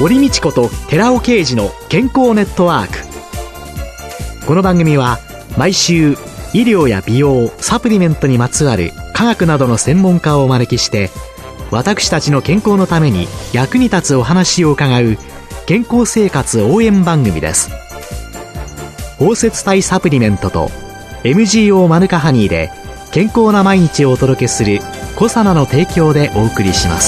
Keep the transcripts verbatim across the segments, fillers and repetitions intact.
堀道子と寺尾啓二の健康ネットワーク。この番組は毎週医療や美容、サプリメントにまつわる科学などの専門家をお招きして、私たちの健康のために役に立つお話を伺う健康生活応援番組です。包摂体サプリメントと エムジーオー マヌカハニーで健康な毎日をお届けするコサナの提供でお送りします。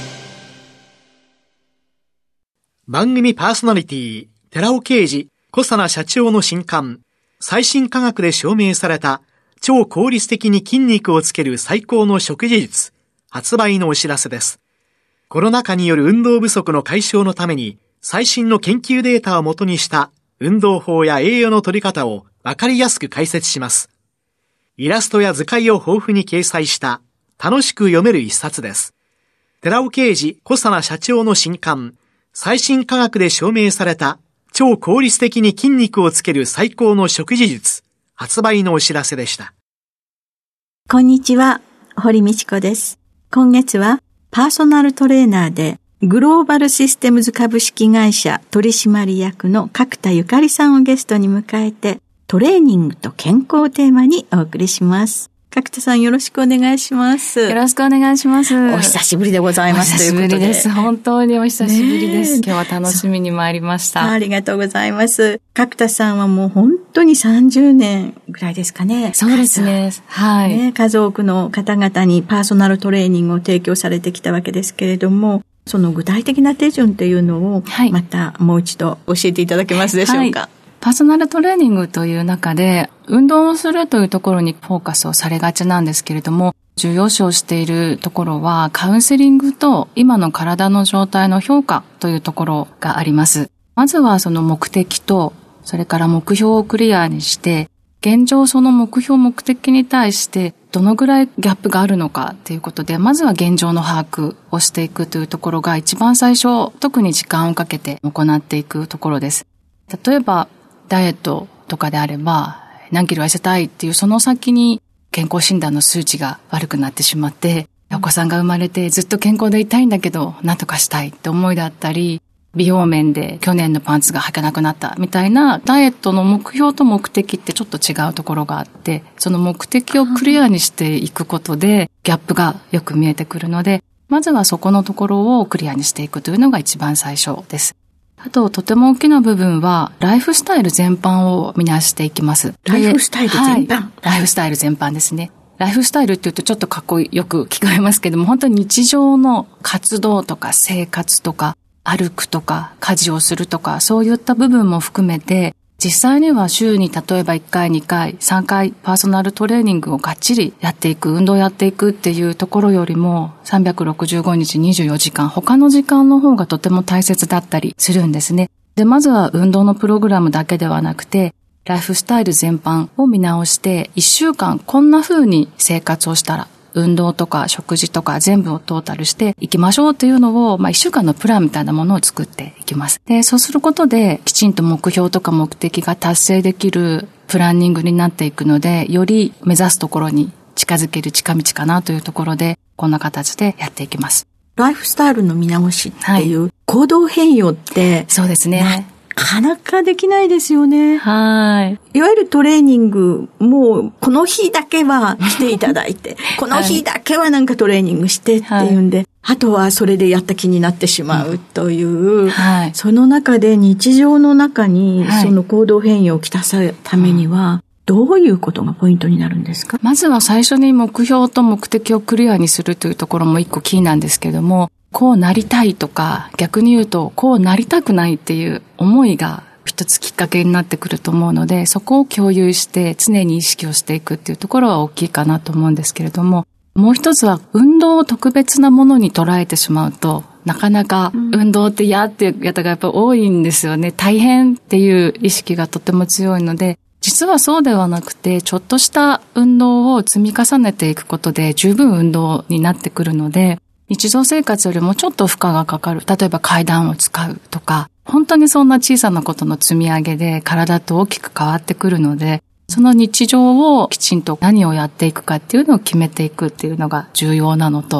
番組パーソナリティ寺尾啓二、コサナ社長の新刊、最新科学で証明された超効率的に筋肉をつける最高の食事術発売のお知らせです。コロナ禍による運動不足の解消のために最新の研究データをもとにした運動法や栄養の取り方をわかりやすく解説します。イラストや図解を豊富に掲載した楽しく読める一冊です。寺尾啓二、コサナ社長の新刊、最新科学で証明された超効率的に筋肉をつける最高の食事術発売のお知らせでした。 こんにちは、堀道子です。今月はパーソナルトレーナーでグローバルシステムズ株式会社取締役の角田ゆかりさんをゲストに迎えて、トレーニングと健康をテーマにお送りします。角田さん、よろしくお願いします。 よろしくお願いします。 お久しぶりでございます。 お久しぶりです。本当にお久しぶりです。今日は楽しみに参りました。 ありがとうございます。角田さんはもう本当にさんじゅうねんぐらいですかね。 そうですね。はい、 ね。数多くの方々にパーソナルトレーニングを提供されてきたわけですけれども、その具体的な手順というのを、またもう一度教えていただけますでしょうか。はい、 パーソナルトレーニングという中で、運動をするというところにフォーカスをされがちなんですけれども、重要視をしているところは、カウンセリングと今の体の状態の評価というところがあります。まずはその目的と、それから目標をクリアにして、現状その目標目的に対してどのぐらいギャップがあるのかということで、まずは現状の把握をしていくというところが一番最初、特に時間をかけて行っていくところです。例えば、ダイエットとかであれば、何キロ痩せたいっていうその先に健康診断の数値が悪くなってしまって、お子さんが生まれてずっと健康でいたいんだけど、何とかしたいって思いだったり、美容面で去年のパンツが履けなくなったみたいなダイエットの目標と目的ってちょっと違うところがあって、その目的をクリアにしていくことでギャップがよく見えてくるので、まずはそこのところをクリアにしていくというのが一番最初です。あと、とても大きな部分は、ライフスタイル全般を見直していきます。 ライフスタイル全般、はい、 ライフスタイル全般ですね。ライフスタイルって言うとちょっとかっこよく聞こえますけども、本当に日常の活動とか生活とか、歩くとか、家事をするとか、そういった部分も含めて、実際には週に例えばいっかい、にかい、さんかいパーソナルトレーニングをがっちりやっていく、運動をやっていくっていうところよりもさんびゃくろくじゅうごにちにじゅうよじかん、他の時間の方がとても大切だったりするんですね。で、まずは運動のプログラムだけではなくて、ライフスタイル全般を見直して、いっしゅうかんこんな風に生活をしたら、運動とか食事とか全部をトータルしていきましょうというのを、まあ、いっしゅうかんのプランみたいなものを作っていきます。で、そうすることできちんと目標とか目的が達成できるプランニングになっていくので、より目指すところに近づける近道かなというところで、こんな形でやっていきます。 ライフスタイルの見直しっていう行動変容って、はい、 そうですね。 なかなかできないですよね。 はい。 いわゆるトレーニングも、この日だけは来ていただいて、この日だけはなんかトレーニングしてっていうんで、はい、あとはそれでやった気になってしまうという、はい、その中で日常の中にその行動変容をきたすためには、どういうことがポイントになるんですか？ まずは最初に目標と目的をクリアにするというところも一個キーなんですけども、こうなりたいとか、逆に言うとこうなりたくないっていう思いが一つきっかけになってくると思うので、そこを共有して常に意識をしていくっていうところは大きいかなと思うんですけれども、もう一つは運動を特別なものに捉えてしまうと、なかなか運動って嫌っていう方がやっぱ多いんですよね。大変っていう意識がとても強いので、実はそうではなくて、ちょっとした運動を積み重ねていくことで十分運動になってくるので、日常生活よりもちょっと負荷がかかる。例えば階段を使うとか、本当にそんな小さなことの積み上げで体って大きく変わってくるので、その日常をきちんと何をやっていくかっていうのを決めていくっていうのが重要なのと、きっ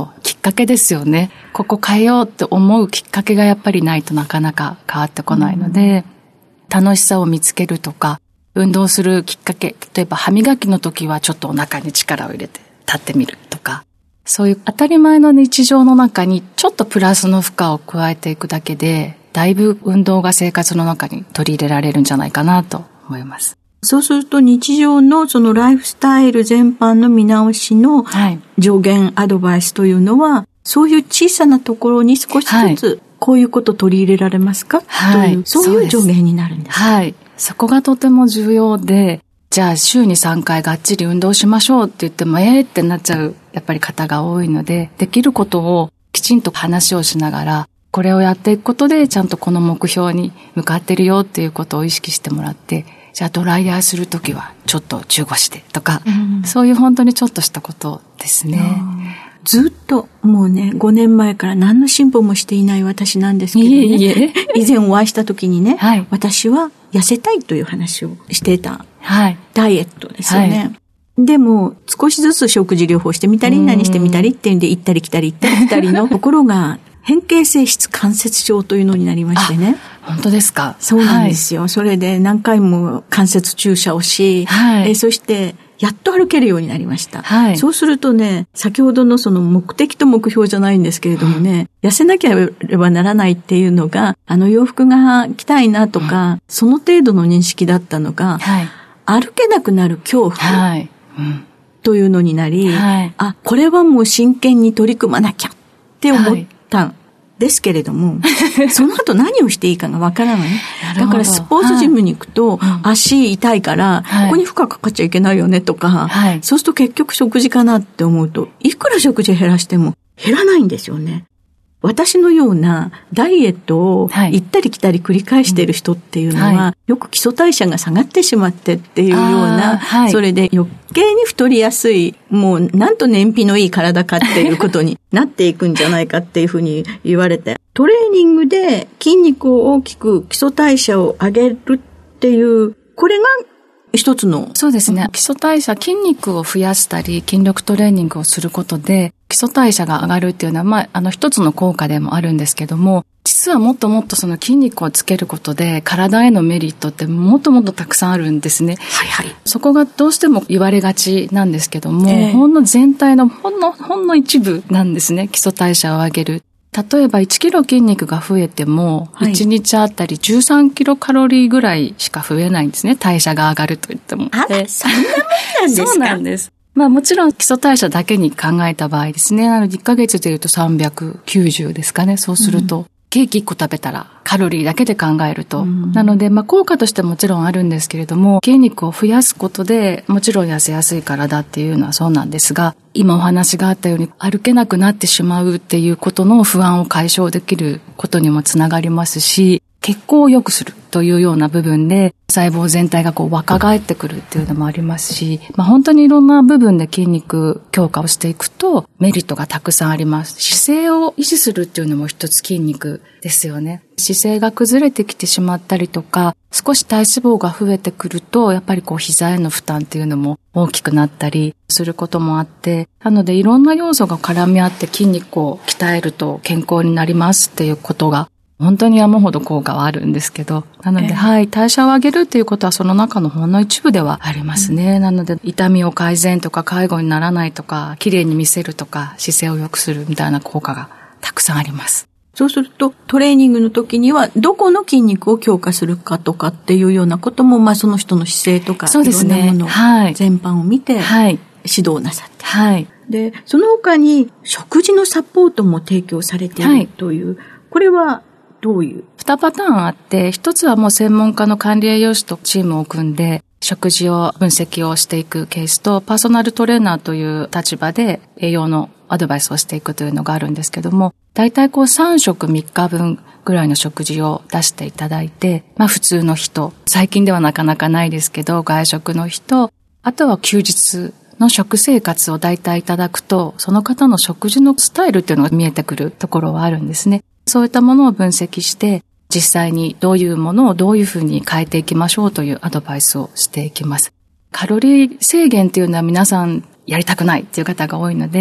かけですよね。ここ変えようって思うきっかけがやっぱりないとなかなか変わってこないので、うん、楽しさを見つけるとか、運動するきっかけ、例えば歯磨きの時はちょっとお腹に力を入れて立ってみるとか、そういう当たり前の日常の中にちょっとプラスの負荷を加えていくだけで、だいぶ運動が生活の中に取り入れられるんじゃないかなと思います。 そうすると日常のそのライフスタイル全般の見直しの助言、アドバイスというのは、そういう小さなところに少しずつこういうこと取り入れられますか、はい、という、そういう助言になるんです。 はい。そこがとても重要で、じゃあ週にさんかいがっちり運動しましょうって言ってもえーってなっちゃうやっぱり方が多いので、できることをきちんと話をしながら、これをやっていくことでちゃんとこの目標に向かってるよっていうことを意識してもらって、じゃあドライヤーするときはちょっと中腰でとか、うん、そういう本当にちょっとしたことですね。 ずっともうね、ごねんまえから何の進歩もしていない私なんですけどね。いえいえ以前お会いしたときにね、はい、私は痩せたいという話をしていた。はい。ダイエットですよね。はい、でも、少しずつ食事療法してみたり、何してみたりっていうんで、行ったり来たり行ったり来たりのところが、変形性質関節症というのになりましてね。 本当ですか？ そうなんですよ。はい、それで何回も関節注射をし、はい、えそして、やっと歩けるようになりました。はい、そうするとね、先ほどのその目的と目標じゃないんですけれどもね、うん、痩せなければならないっていうのが、あの洋服が着たいなとか、うん、その程度の認識だったのが、はい、歩けなくなる恐怖、はいうん、というのになり、はい、あ、これはもう真剣に取り組まなきゃって思ったんですけれども、はい、その後何をしていいかがわからない。だからスポーツジムに行くと、はい、足痛いから、はい、ここに負荷かかっちゃいけないよねとか、はい、そうすると結局食事かなって思うと、いくら食事減らしても減らないんですよね。私のようなダイエットを行ったり来たり繰り返している人っていうのは、はい、よく基礎代謝が下がってしまってっていうような、はい、それで余計に太りやすい、もうなんと燃費のいい体かっていうことになっていくんじゃないかっていうふうに言われて、トレーニングで筋肉を大きく基礎代謝を上げるっていう、これが一つの。 そうですね。基礎代謝、筋肉を増やしたり、筋力トレーニングをすることで、基礎代謝が上がるっていうのは、まあ、あの一つの効果でもあるんですけども、実はもっともっとその筋肉をつけることで、体へのメリットってもっともっとたくさんあるんですね。はいはい。そこがどうしても言われがちなんですけども、えー、ほんの全体のほんの、ほんの一部なんですね。基礎代謝を上げる。例えばいちキロ筋肉が増えても、はい、いちにちあたりじゅうさんキロカロリーぐらいしか増えないんですね。代謝が上がると言っても。 あら、そんなもんなんですか？ そうなんです。まあもちろん基礎代謝だけに考えた場合ですね。あのいっかげつで言うとさんびゃくきゅうじゅうですかね。そうすると、うん、ケーキいっこ食べたらカロリーだけで考えると。うん、なのでまあ効果としてもちろんあるんですけれども、筋肉を増やすことでもちろん痩せやすい体っていうのはそうなんですが、今お話があったように歩けなくなってしまうっていうことの不安を解消できることにもつながりますし、血行を良くするというような部分で細胞全体がこう若返ってくるっていうのもありますし、まあ本当にいろんな部分で筋肉強化をしていくとメリットがたくさんあります。姿勢を維持するっていうのも一つ筋肉ですよね。姿勢が崩れてきてしまったりとか、少し体脂肪が増えてくるとやっぱりこう膝への負担っていうのも大きくなったりすることもあって、なのでいろんな要素が絡み合って筋肉を鍛えると健康になりますっていうことが本当に山ほど効果はあるんですけど、なので、えー、はい、代謝を上げるっていうことはその中のほんの一部ではありますね。うん、なので、痛みを改善とか介護にならないとか、綺麗に見せるとか、姿勢を良くするみたいな効果がたくさんあります。 そうすると、トレーニングの時には、どこの筋肉を強化するかとかっていうようなことも、まあその人の姿勢とか、そうですね、いろんなもの、はい、全般を見て、はい、指導なさって。はい。で、その他に、食事のサポートも提供されているという、はい、これは、どういう？ 二パターンあって、一つはもう専門家の管理栄養士とチームを組んで、食事を分析をしていくケースと、パーソナルトレーナーという立場で栄養のアドバイスをしていくというのがあるんですけども、だいたいこうさんしょくみっかぶんぐらいの食事を出していただいて、まあ普通の人、最近ではなかなかないですけど、外食の人、あとは休日の食生活をだいたいいただくと、その方の食事のスタイルっていうのが見えてくるところはあるんですね。そういったものを分析して、実際にどういうものをどういうふうに変えていきましょうというアドバイスをしていきます。カロリー制限っていうのは皆さんやりたくないっていう方が多いので、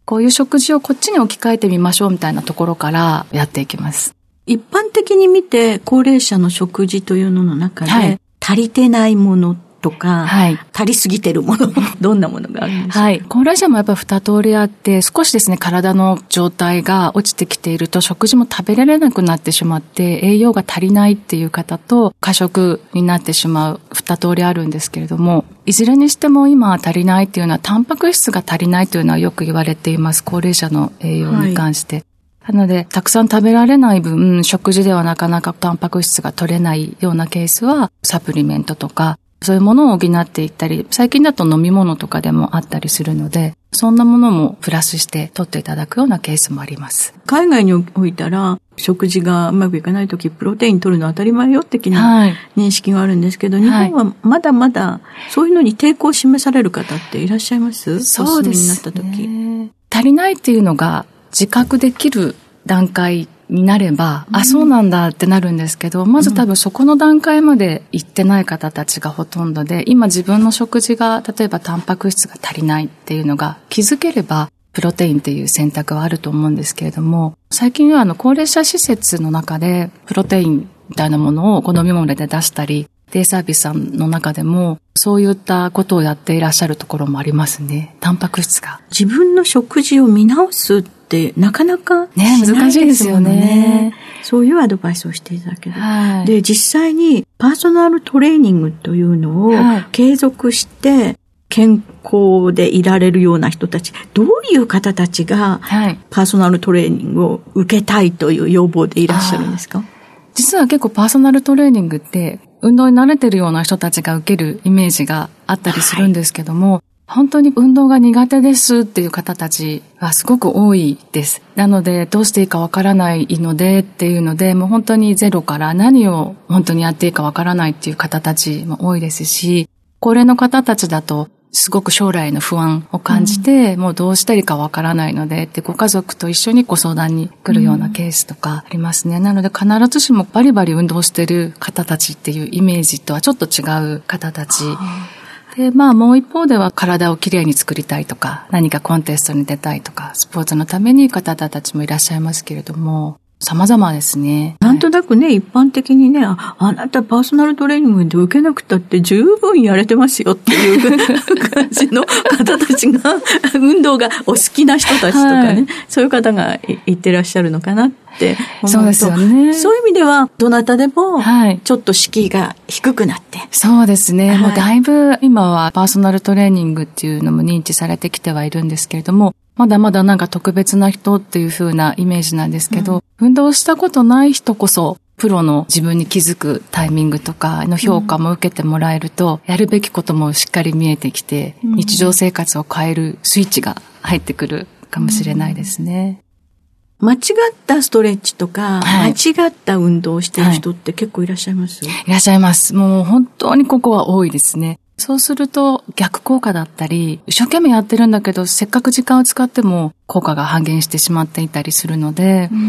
こういう食事をこっちに置き換えてみましょうみたいなところからやっていきます。 一般的に見て高齢者の食事というのの中で、はい、足りてないものとか、はい、足りすぎてるもの、どんなものがあるんですか？ はい。高齢者もやっぱり二通りあって、少しですね、体の状態が落ちてきていると食事も食べられなくなってしまって、栄養が足りないっていう方と、過食になってしまう二通りあるんですけれども、いずれにしても今足りないっていうのは、タンパク質が足りないというのはよく言われています。高齢者の栄養に関して。はい、なので、たくさん食べられない分、食事ではなかなかタンパク質が取れないようなケースは、サプリメントとか、そういうものを補っていったり、最近だと飲み物とかでもあったりするので、そんなものもプラスして取っていただくようなケースもあります。 海外においたら、食事がうまくいかないとき、プロテイン取るのは当たり前よ的な認識があるんですけど、はい、日本はまだまだそういうのに抵抗を示される方っていらっしゃいます？ そうですね。足りないっていうのが自覚できる段階になれば、うん、あ、そうなんだってなるんですけど、まず多分そこの段階まで行ってない方たちがほとんどで、今自分の食事が、例えばタンパク質が足りないっていうのが気づければ、プロテインっていう選択はあると思うんですけれども、最近はあの高齢者施設の中で、プロテインみたいなものをお飲み物で出したり、デイサービスさんの中でも、そういったことをやっていらっしゃるところもありますね。タンパク質が。 自分の食事を見直すってなかなかね、難しいですよね。 そういうアドバイスをしていただける。はい、で、実際にパーソナルトレーニングというのを継続して健康でいられるような人たち、どういう方たちがパーソナルトレーニングを受けたいという要望でいらっしゃるんですか？ 実は結構パーソナルトレーニングって運動に慣れてるような人たちが受けるイメージがあったりするんですけども、はい、本当に運動が苦手ですっていう方たちはすごく多いです。なのでどうしていいかわからないのでっていうので、もう本当にゼロから何を本当にやっていいかわからないっていう方たちも多いですし、高齢の方たちだとすごく将来の不安を感じて、うん、もうどうしたらいいかわからないので、で、ご家族と一緒にご相談に来るようなケースとかありますね。うん、なので必ずしもバリバリ運動してる方たちっていうイメージとはちょっと違う方たち。で、まあもう一方では体をきれいに作りたいとか、何かコンテストに出たいとか、スポーツのために方たちもいらっしゃいますけれども、様々ですね。 なんとなくね、一般的にね、あ、あなたパーソナルトレーニングで受けなくたって十分やれてますよっていう感じの方たちが、運動がお好きな人たちとかね、はい、そういう方が言ってらっしゃるのかなって思うと。 そうですよね。 そういう意味では、どなたでも、ちょっと敷居が低くなって。はい、 そうですね。はい、もうだいぶ今はパーソナルトレーニングっていうのも認知されてきてはいるんですけれども、まだまだなんか特別な人っていう風なイメージなんですけど、うん、運動したことない人こそ、プロの自分に気づくタイミングとかの評価も受けてもらえると、うん、やるべきこともしっかり見えてきて、うん、日常生活を変えるスイッチが入ってくるかもしれないですね。 うん、間違ったストレッチとか、はい、間違った運動をしている人って結構いらっしゃいます？ はい、いらっしゃいます。もう本当にここは多いですね。そうすると逆効果だったり、一生懸命やってるんだけど、せっかく時間を使っても効果が半減してしまっていたりするので、うん、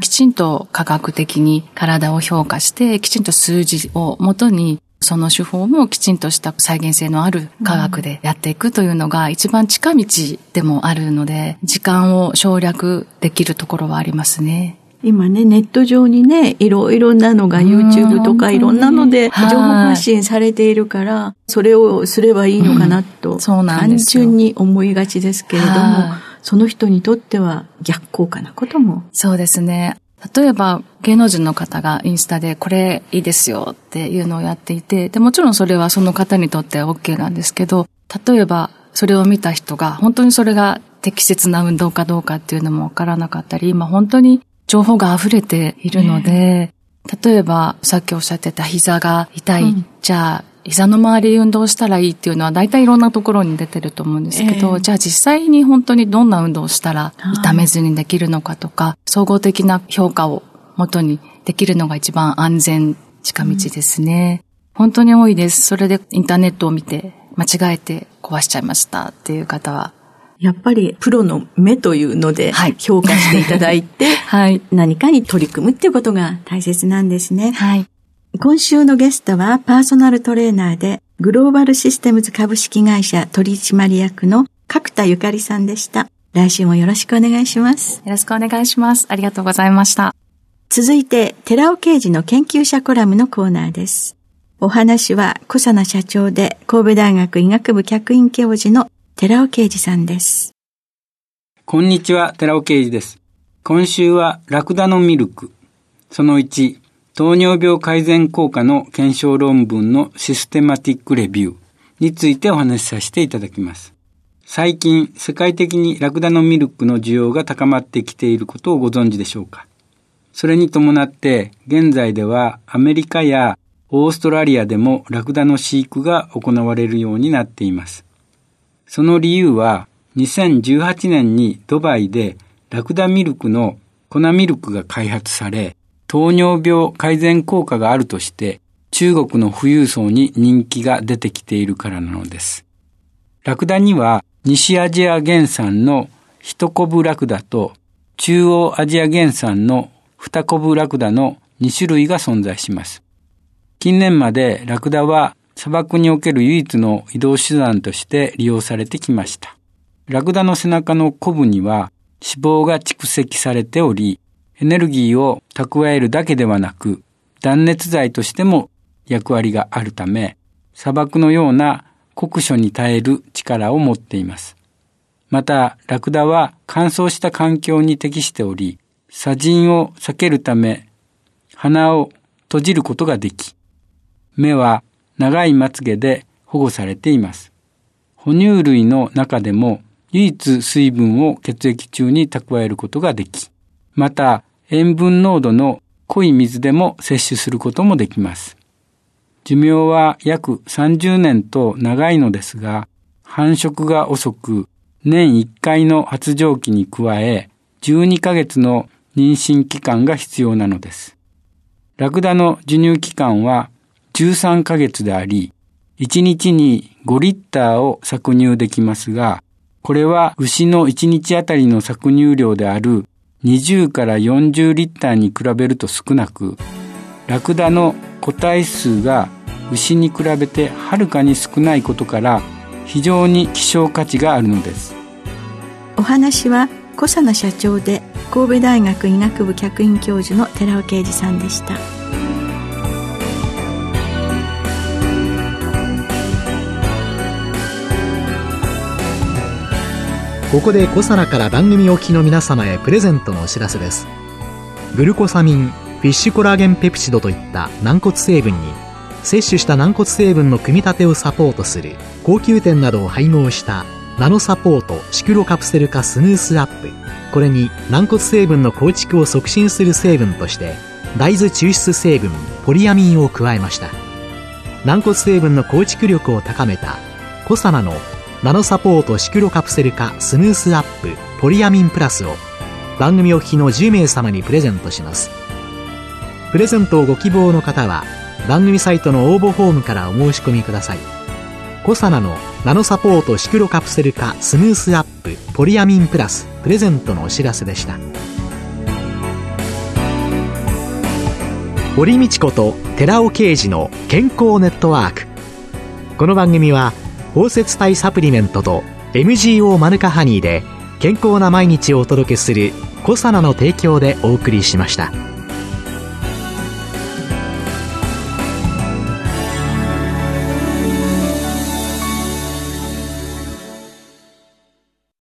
きちんと科学的に体を評価して、きちんと数字をもとに、その手法もきちんとした再現性のある科学でやっていくというのが一番近道でもあるので、時間を省略できるところはありますね。 今ね、ネット上にね、いろいろなのが YouTube とかいろんなので情報発信されているから、それをすればいいのかなと、単純に思いがちですけれども、その人にとっては逆効果なことも。 そうですね。例えば芸能人の方がインスタでこれいいですよっていうのをやっていて、でもちろんそれはその方にとっては OK なんですけど、例えばそれを見た人が本当にそれが適切な運動かどうかっていうのもわからなかったり、今本当に情報が溢れているので、例えばさっきおっしゃってた膝が痛い、うん、じゃあ膝の周り運動したらいいっていうのは大体いろんなところに出てると思うんですけど、えー、じゃあ実際に本当にどんな運動をしたら痛めずにできるのかとか、はい、総合的な評価を元にできるのが一番安全近道ですね。うん、本当に多いです。それでインターネットを見て間違えて壊しちゃいましたっていう方は。 やっぱりプロの目というので評価していただいて、はい、何かに取り組むっていうことが大切なんですね。はい。今週のゲストはパーソナルトレーナーでグローバルシステムズ株式会社取締役の角田ゆかりさんでした。 来週もよろしくお願いします。 よろしくお願いします。ありがとうございました。 続いて、寺尾啓二の研究者コラムのコーナーです。お話は小佐奈社長で神戸大学医学部客員教授の寺尾啓二さんです。 こんにちは、寺尾啓二です。今週はラクダのミルク、そのいち、糖尿病改善効果の検証論文のシステマティックレビューについてお話しさせていただきます。最近、世界的にラクダのミルクの需要が高まってきていることをご存知でしょうか。それに伴って、現在ではアメリカやオーストラリアでもラクダの飼育が行われるようになっています。その理由は、にせんじゅうはちねんにドバイでラクダミルクの粉ミルクが開発され、糖尿病改善効果があるとして中国の富裕層に人気が出てきているからなのです。ラクダには西アジア原産の一コブラクダと中央アジア原産の二コブラクダのに種類が存在します。近年までラクダは砂漠における唯一の移動手段として利用されてきました。ラクダの背中のコブには脂肪が蓄積されており、エネルギーを蓄えるだけではなく、断熱材としても役割があるため、砂漠のような酷暑に耐える力を持っています。また、ラクダは乾燥した環境に適しており、砂塵を避けるため、鼻を閉じることができ、目は長いまつげで保護されています。哺乳類の中でも唯一水分を血液中に蓄えることができ、また塩分濃度の濃い水でも摂取することもできます。寿命は約さんじゅうねんと長いのですが、繁殖が遅く、年いっかいの発情期に加え、じゅうにかげつの妊娠期間が必要なのです。ラクダの授乳期間はじゅうさんかげつであり、いちにちにごリッターを搾乳できますが、これは牛のいちにちあたりの搾乳量であるにじゅうからよんじゅうリッターに比べると少なく、ラクダの個体数が牛に比べてはるかに少ないことから非常に希少価値があるのです。 お話は小佐奈社長で神戸大学医学部客員教授の寺尾啓二さんでした。 ここでコサナから番組お聞きの皆様へプレゼントのお知らせです。グルコサミン、フィッシュコラーゲンペプチドといった軟骨成分に摂取した軟骨成分の組み立てをサポートする高級店などを配合したナノサポートシクロカプセル化スムースアップ。これに軟骨成分の構築を促進する成分として大豆抽出成分ポリアミンを加えました。軟骨成分の構築力を高めたコサナのナノサポートシクロカプセル化スムースアップポリアミンプラスを番組お聞きのじゅうめいさまにプレゼントします。プレゼントをご希望の方は番組サイトの応募フォームからお申し込みください。コサナのナノサポートシクロカプセル化スムースアップポリアミンプラスプレゼントのお知らせでした。堀道子と寺尾啓二の健康ネットワーク。この番組は包摂体サプリメントと エムジーオー マヌカハニーで健康な毎日をお届けするコサナの提供でお送りしました。